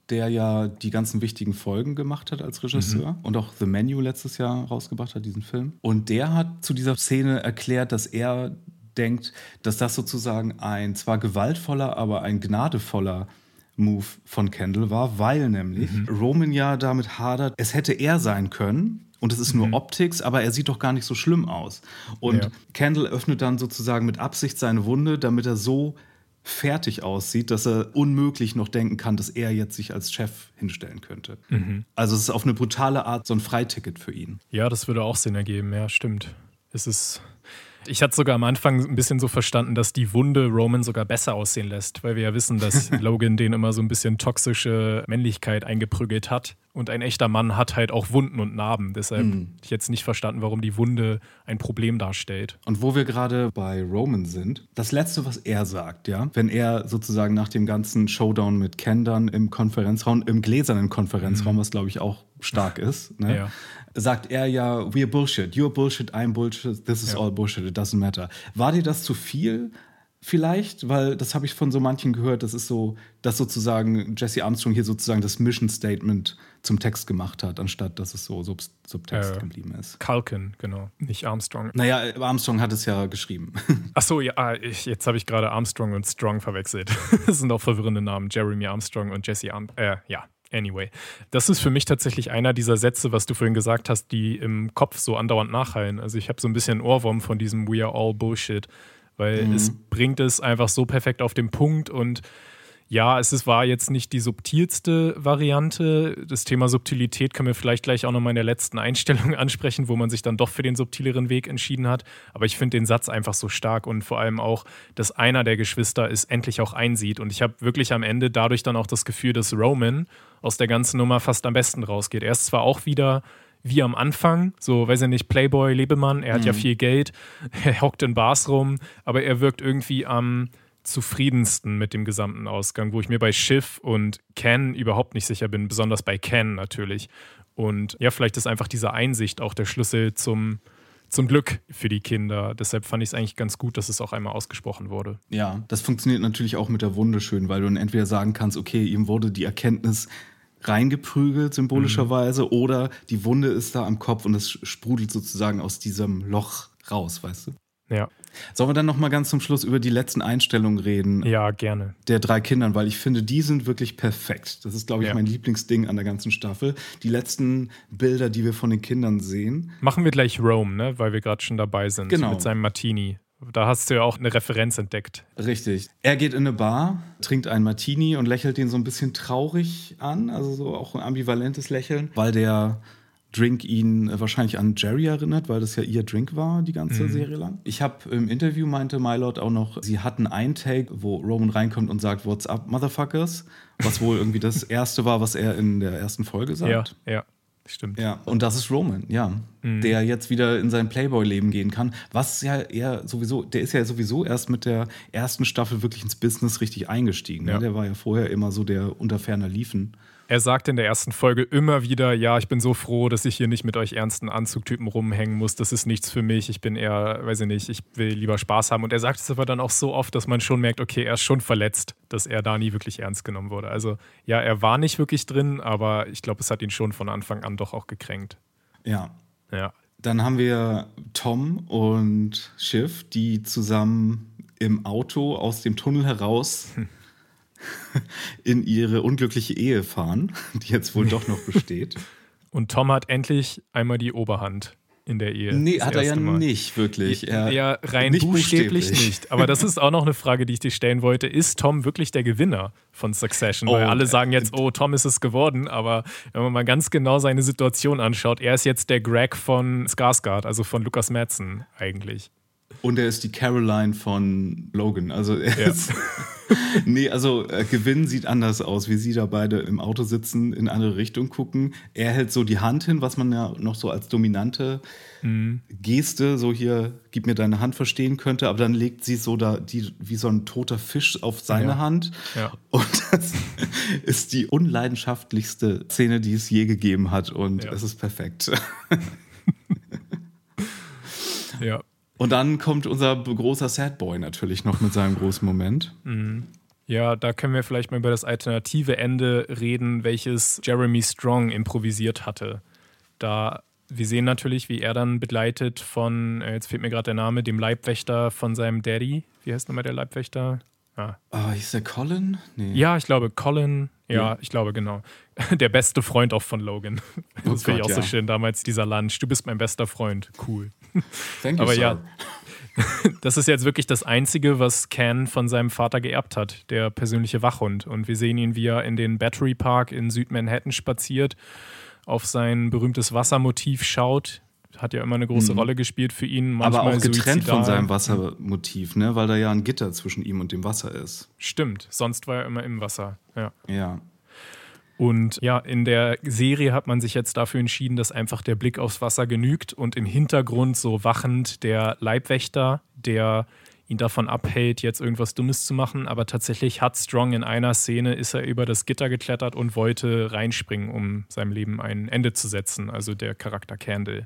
der ja die ganzen wichtigen Folgen gemacht hat als Regisseur mhm. und auch The Menu letztes Jahr rausgebracht hat, diesen Film. Und der hat zu dieser Szene erklärt, dass er denkt, dass das sozusagen ein zwar gewaltvoller, aber ein gnadevoller Move von Kendall war, weil nämlich mhm. Roman ja damit hadert, es hätte er sein können und es ist nur mhm. Optik, aber er sieht doch gar nicht so schlimm aus. Und ja. Kendall öffnet dann sozusagen mit Absicht seine Wunde, damit er so fertig aussieht, dass er unmöglich noch denken kann, dass er jetzt sich als Chef hinstellen könnte. Mhm. Also es ist auf eine brutale Art so ein Freiticket für ihn. Ja, das würde auch Sinn ergeben, ja, stimmt. Es ist... Ich hatte sogar am Anfang ein bisschen so verstanden, dass die Wunde Roman sogar besser aussehen lässt, weil wir ja wissen, dass Logan den immer so ein bisschen toxische Männlichkeit eingeprügelt hat. Und ein echter Mann hat halt auch Wunden und Narben. Deshalb mhm. habe ich jetzt nicht verstanden, warum die Wunde ein Problem darstellt. Und wo wir gerade bei Roman sind, das Letzte, was er sagt, ja, wenn er sozusagen nach dem ganzen Showdown mit Ken dann im Konferenzraum, im gläsernen Konferenzraum, mhm. was glaube ich auch stark ist, ne, ja. sagt er ja, we're Bullshit, you're Bullshit, I'm Bullshit, this is ja. all Bullshit, it doesn't matter. War dir das zu viel? Vielleicht, weil das habe ich von so manchen gehört, das ist so, dass sozusagen Jesse Armstrong hier sozusagen das Mission Statement zum Text gemacht hat, anstatt dass es so Sub- Subtext äh, geblieben ist. Culkin, genau, nicht Armstrong. Naja, Armstrong hat es ja geschrieben. Ach so, ja, ich, jetzt habe ich gerade Armstrong und Strong verwechselt. Das sind auch verwirrende Namen, Jeremy Armstrong und Jesse Armstrong. Äh, ja. Anyway, das ist für mich tatsächlich einer dieser Sätze, was du vorhin gesagt hast, die im Kopf so andauernd nachhallen. Also ich habe so ein bisschen Ohrwurm von diesem We are all Bullshit, weil mhm. es bringt es einfach so perfekt auf den Punkt und ja, es ist, war jetzt nicht die subtilste Variante. Das Thema Subtilität können wir vielleicht gleich auch nochmal in der letzten Einstellung ansprechen, wo man sich dann doch für den subtileren Weg entschieden hat. Aber ich finde den Satz einfach so stark und vor allem auch, dass einer der Geschwister es endlich auch einsieht. Und ich habe wirklich am Ende dadurch dann auch das Gefühl, dass Roman aus der ganzen Nummer fast am besten rausgeht. Er ist zwar auch wieder wie am Anfang, so, weiß ich nicht, Playboy, Lebemann, er hat mhm. ja viel Geld, er hockt in Bars rum, aber er wirkt irgendwie am zufriedensten mit dem gesamten Ausgang, wo ich mir bei Schiff und Ken überhaupt nicht sicher bin, besonders bei Ken natürlich. Und ja, vielleicht ist einfach diese Einsicht auch der Schlüssel zum, zum Glück für die Kinder. Deshalb fand ich es eigentlich ganz gut, dass es auch einmal ausgesprochen wurde. Ja, das funktioniert natürlich auch mit der Wunde schön, weil du dann entweder sagen kannst, okay, ihm wurde die Erkenntnis reingeprügelt, symbolischerweise, mhm. oder die Wunde ist da am Kopf und es sprudelt sozusagen aus diesem Loch raus, weißt du? Ja. Sollen wir dann noch mal ganz zum Schluss über die letzten Einstellungen reden? Ja, gerne. Der drei Kindern, weil ich finde, die sind wirklich perfekt. Das ist, glaube ich, ja. mein Lieblingsding an der ganzen Staffel. Die letzten Bilder, die wir von den Kindern sehen. Machen wir gleich Rome, ne? Weil wir gerade schon dabei sind. Genau. Mit seinem Martini. Da hast du ja auch eine Referenz entdeckt. Richtig. Er geht in eine Bar, trinkt einen Martini und lächelt den so ein bisschen traurig an. Also so auch ein ambivalentes Lächeln, weil der Drink ihn wahrscheinlich an Jerry erinnert, weil das ja ihr Drink war, die ganze mhm. Serie lang. Ich habe im Interview, meinte Mylord auch noch, sie hatten einen Take, wo Roman reinkommt und sagt, what's up, Motherfuckers? Was wohl irgendwie das Erste war, was er in der ersten Folge sagt. Ja, ja, stimmt. Ja, und das ist Roman, ja. Mhm. Der jetzt wieder in sein Playboy-Leben gehen kann. Was ja eher sowieso, der ist ja sowieso erst mit der ersten Staffel wirklich ins Business richtig eingestiegen. Ja. Ne? Der war ja vorher immer so der unter ferner Liefen. Er sagt in der ersten Folge immer wieder, ja, ich bin so froh, dass ich hier nicht mit euch ernsten Anzugtypen rumhängen muss. Das ist nichts für mich. Ich bin eher, weiß ich nicht, ich will lieber Spaß haben. Und er sagt es aber dann auch so oft, dass man schon merkt, okay, er ist schon verletzt, dass er da nie wirklich ernst genommen wurde. Also ja, er war nicht wirklich drin, aber ich glaube, es hat ihn schon von Anfang an doch auch gekränkt. Ja. Ja. Dann haben wir Tom und Schiff, die zusammen im Auto aus dem Tunnel heraus hm. in ihre unglückliche Ehe fahren, die jetzt wohl doch noch besteht. Und Tom hat endlich einmal die Oberhand in der Ehe. Nee, hat er ja Mal. nicht wirklich. Er ja, rein nicht buchstäblich, buchstäblich nicht. Aber das ist auch noch eine Frage, die ich dir stellen wollte. Ist Tom wirklich der Gewinner von Succession? Oh, Weil alle sagen jetzt, oh, Tom ist es geworden. Aber wenn man mal ganz genau seine Situation anschaut, er ist jetzt der Greg von Skarsgård, also von Lukas Madsson eigentlich. Und er ist die Caroline von Logan. Also er ja. ist nee, also äh, Gewinn sieht anders aus, wie sie da beide im Auto sitzen, in eine andere Richtung gucken. Er hält so die Hand hin, was man ja noch so als dominante mhm. Geste, so hier, gib mir deine Hand, verstehen könnte. Aber dann legt sie so da die, wie so ein toter Fisch auf seine ja. Hand. Ja. Und das ist die unleidenschaftlichste Szene, die es je gegeben hat. Und ja. es ist perfekt. Ja. Und dann kommt unser großer Sadboy natürlich noch mit seinem großen Moment. Mhm. Ja, da können wir vielleicht mal über das alternative Ende reden, welches Jeremy Strong improvisiert hatte. Da, wir sehen natürlich, wie er dann begleitet von, jetzt fehlt mir gerade der Name, dem Leibwächter von seinem Daddy. Wie heißt nochmal der Leibwächter? Ah, oh, hieß der Colin? Nee. Ja, ich glaube Colin. Ja, ja, ich glaube, genau. Der beste Freund auch von Logan. Das oh finde ich auch ja. so schön damals, dieser Lunch. Du bist mein bester Freund. Cool. Thank you, Aber sir. ja, das ist jetzt wirklich das Einzige, was Ken von seinem Vater geerbt hat, der persönliche Wachhund. Und wir sehen ihn, wie er in den Battery Park in Südmanhattan spaziert, auf sein berühmtes Wassermotiv schaut. Hat ja immer eine große mhm. Rolle gespielt für ihn. Manchmal aber auch getrennt suizidal. Von seinem Wassermotiv, ne? Weil da ja ein Gitter zwischen ihm und dem Wasser ist. Stimmt, sonst war er immer im Wasser. Ja. ja. Und ja, in der Serie hat man sich jetzt dafür entschieden, dass einfach der Blick aufs Wasser genügt und im Hintergrund so wachend der Leibwächter, der ihn davon abhält, jetzt irgendwas Dummes zu machen. Aber tatsächlich hat Strong in einer Szene, ist er über das Gitter geklettert und wollte reinspringen, um seinem Leben ein Ende zu setzen. Also der Charakter Candle.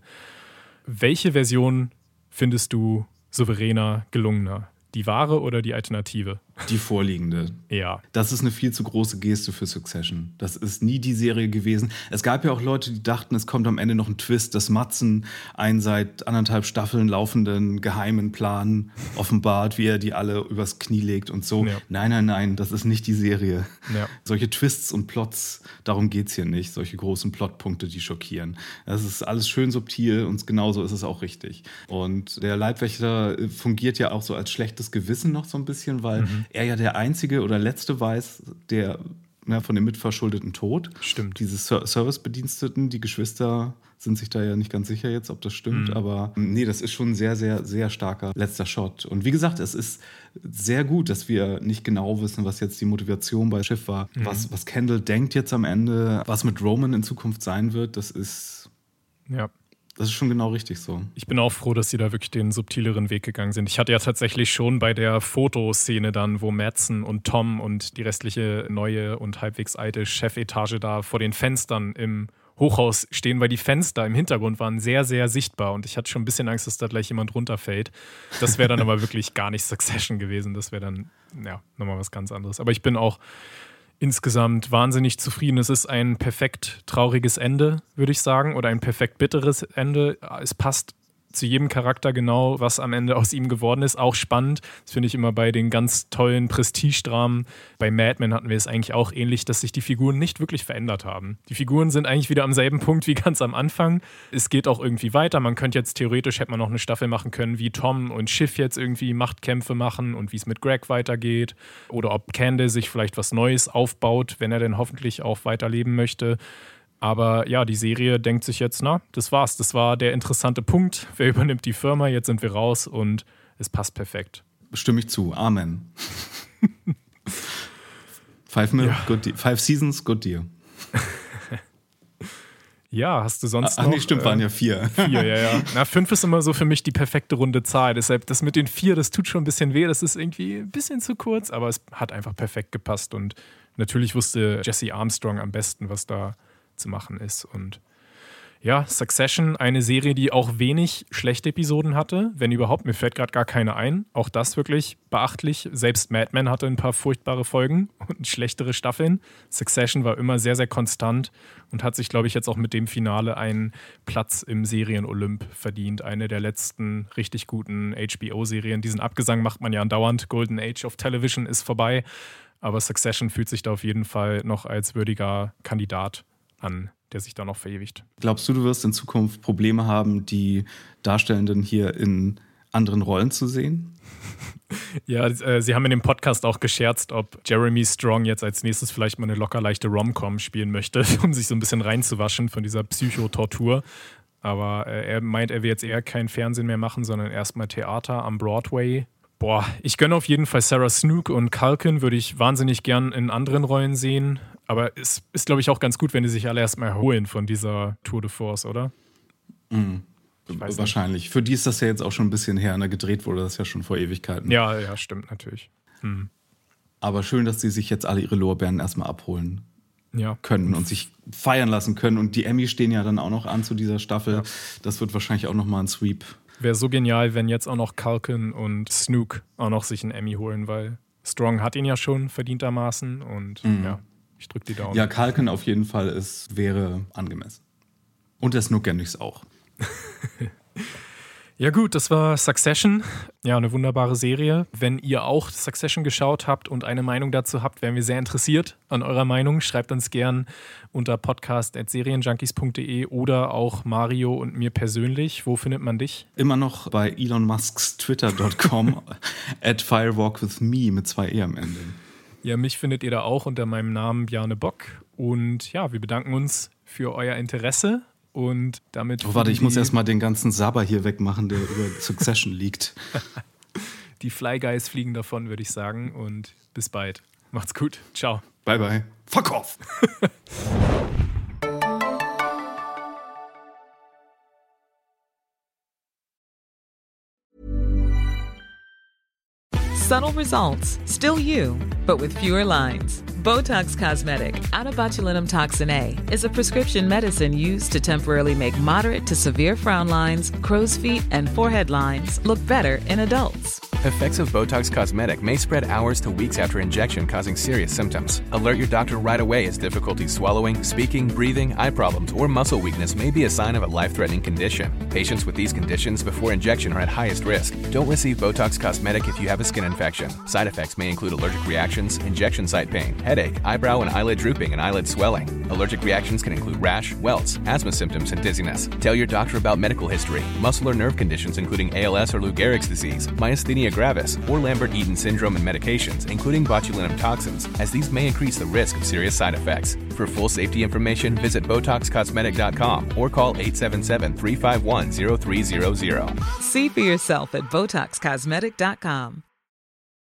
Welche Version findest du souveräner, gelungener? Die wahre oder die Alternative? Die vorliegende. Ja. Das ist eine viel zu große Geste für Succession. Das ist nie die Serie gewesen. Es gab ja auch Leute, die dachten, es kommt am Ende noch ein Twist, dass Matzen einen seit anderthalb Staffeln laufenden geheimen Plan offenbart, wie er die alle übers Knie legt und so. Ja. Nein, nein, nein, das ist nicht die Serie. Ja. Solche Twists und Plots, darum geht es hier nicht. Solche großen Plotpunkte, die schockieren. Das ist alles schön subtil und genauso ist es auch richtig. Und der Leibwächter fungiert ja auch so als schlechtes Gewissen noch so ein bisschen, weil mhm. er ja der einzige oder letzte weiß, der ja, von dem mitverschuldeten Tod. Stimmt. Diese Ser- Servicebediensteten, die Geschwister sind sich da ja nicht ganz sicher jetzt, ob das stimmt. Mhm. Aber nee, das ist schon ein sehr, sehr, sehr starker letzter Shot. Und wie gesagt, es ist sehr gut, dass wir nicht genau wissen, was jetzt die Motivation bei Schiff war. Mhm. Was, was Kendall denkt jetzt am Ende, was mit Roman in Zukunft sein wird, das ist... Ja. Das ist schon genau richtig so. Ich bin auch froh, dass sie da wirklich den subtileren Weg gegangen sind. Ich hatte ja tatsächlich schon bei der Fotoszene dann, wo Madsen und Tom und die restliche neue und halbwegs alte Chefetage da vor den Fenstern im Hochhaus stehen, weil die Fenster im Hintergrund waren sehr, sehr sichtbar und ich hatte schon ein bisschen Angst, dass da gleich jemand runterfällt. Das wäre dann aber wirklich gar nicht Succession gewesen. Das wäre dann, ja, nochmal was ganz anderes. Aber ich bin auch insgesamt wahnsinnig zufrieden. Es ist ein perfekt trauriges Ende, würde ich sagen, oder ein perfekt bitteres Ende. Es passt zu jedem Charakter genau, was am Ende aus ihm geworden ist. Auch spannend. Das finde ich immer bei den ganz tollen Prestigedramen. Bei Mad Men hatten wir es eigentlich auch ähnlich, dass sich die Figuren nicht wirklich verändert haben. Die Figuren sind eigentlich wieder am selben Punkt wie ganz am Anfang. Es geht auch irgendwie weiter. Man könnte jetzt theoretisch, hätte man noch eine Staffel machen können, wie Tom und Schiff jetzt irgendwie Machtkämpfe machen und wie es mit Greg weitergeht. Oder ob Candace sich vielleicht was Neues aufbaut, wenn er denn hoffentlich auch weiterleben möchte. Aber ja, die Serie denkt sich jetzt, na, das war's. Das war der interessante Punkt. Wer übernimmt die Firma? Jetzt sind wir raus und es passt perfekt. Stimme ich zu. Amen. Five, mil- ja. good deal. Five Seasons, good deal. Ja, hast du sonst Ach, noch... Ach nee, stimmt, äh, waren ja vier. Vier, ja, ja. Na, fünf ist immer so für mich die perfekte runde Zahl. Deshalb, das mit den vier, das tut schon ein bisschen weh. Das ist irgendwie ein bisschen zu kurz, aber es hat einfach perfekt gepasst. Und natürlich wusste Jesse Armstrong am besten, was da zu machen ist. Und ja, Succession, eine Serie, die auch wenig schlechte Episoden hatte, wenn überhaupt, mir fällt gerade gar keine ein. Auch das wirklich beachtlich. Selbst Mad Men hatte ein paar furchtbare Folgen und schlechtere Staffeln. Succession war immer sehr, sehr konstant und hat sich, glaube ich, jetzt auch mit dem Finale einen Platz im Serien-Olymp verdient. Eine der letzten richtig guten H B O-Serien. Diesen Abgesang macht man ja andauernd. Golden Age of Television ist vorbei. Aber Succession fühlt sich da auf jeden Fall noch als würdiger Kandidat an, der sich da noch verewigt. Glaubst du, du wirst in Zukunft Probleme haben, die Darstellenden hier in anderen Rollen zu sehen? Ja, äh, sie haben in dem Podcast auch gescherzt, ob Jeremy Strong jetzt als nächstes vielleicht mal eine locker leichte Rom-Com spielen möchte, um sich so ein bisschen reinzuwaschen von dieser Psychotortur. Aber äh, er meint, er will jetzt eher kein Fernsehen mehr machen, sondern erstmal Theater am Broadway. Boah, ich gönne auf jeden Fall Sarah Snook und Culkin, würde ich wahnsinnig gern in anderen Rollen sehen. Aber es ist, glaube ich, auch ganz gut, wenn die sich alle erstmal erholen von dieser Tour de Force, oder? Mhm. Wahrscheinlich. Nicht. Für die ist das ja jetzt auch schon ein bisschen her. Ne? Gedreht wurde das ja schon vor Ewigkeiten. Ja, ja, stimmt natürlich. Hm. Aber schön, dass sie sich jetzt alle ihre Lorbeeren erstmal abholen ja. können und sich feiern lassen können. Und die Emmys stehen ja dann auch noch an zu dieser Staffel. Ja. Das wird wahrscheinlich auch nochmal ein Sweep. Wäre so genial, wenn jetzt auch noch Culkin und Snook auch noch sich einen Emmy holen, weil Strong hat ihn ja schon verdientermaßen und mhm. ja, ich drücke die Daumen. Ja, Culkin auf jeden Fall ist, wäre angemessen. Und der Snook Gendricks auch. Ja gut, das war Succession. Ja, eine wunderbare Serie. Wenn ihr auch Succession geschaut habt und eine Meinung dazu habt, wären wir sehr interessiert an eurer Meinung. Schreibt uns gern unter podcast at serienjunkies punkt de oder auch Mario und mir persönlich. Wo findet man dich? Immer noch bei Elon Musks twitter dot com at firewalkwithme mit zwei E am Ende. Ja, mich findet ihr da auch unter meinem Namen Bjarne Bock. Und ja, wir bedanken uns für euer Interesse. Und damit. Oh, warte, ich muss erstmal den ganzen Sabber hier wegmachen, der über Succession liegt. Die Fly Guys fliegen davon, würde ich sagen. Und bis bald. Macht's gut. Ciao. Bye, bye. Fuck off! Subtle results, still you, but with fewer lines. Botox Cosmetic, out of botulinum toxin A, is a prescription medicine used to temporarily make moderate to severe frown lines, crow's feet, and forehead lines look better in adults. Effects of Botox Cosmetic may spread hours to weeks after injection, causing serious symptoms. Alert your doctor right away as difficulty swallowing, speaking, breathing, eye problems, or muscle weakness may be a sign of a life-threatening condition. Patients with these conditions before injection are at highest risk. Don't receive Botox Cosmetic if you have a skin infection. Side effects may include allergic reactions, injection site pain, headache, eyebrow and eyelid drooping, and eyelid swelling. Allergic reactions can include rash, welts, asthma symptoms, and dizziness. Tell your doctor about medical history, muscle or nerve conditions including A L S or Lou Gehrig's disease, myasthenia gravis, or Lambert-Eaton syndrome and medications, including botulinum toxins, as these may increase the risk of serious side effects. For full safety information, visit Botox Cosmetic dot com or call eight seven seven, three five one, zero three zero zero. See for yourself at Botox Cosmetic dot com.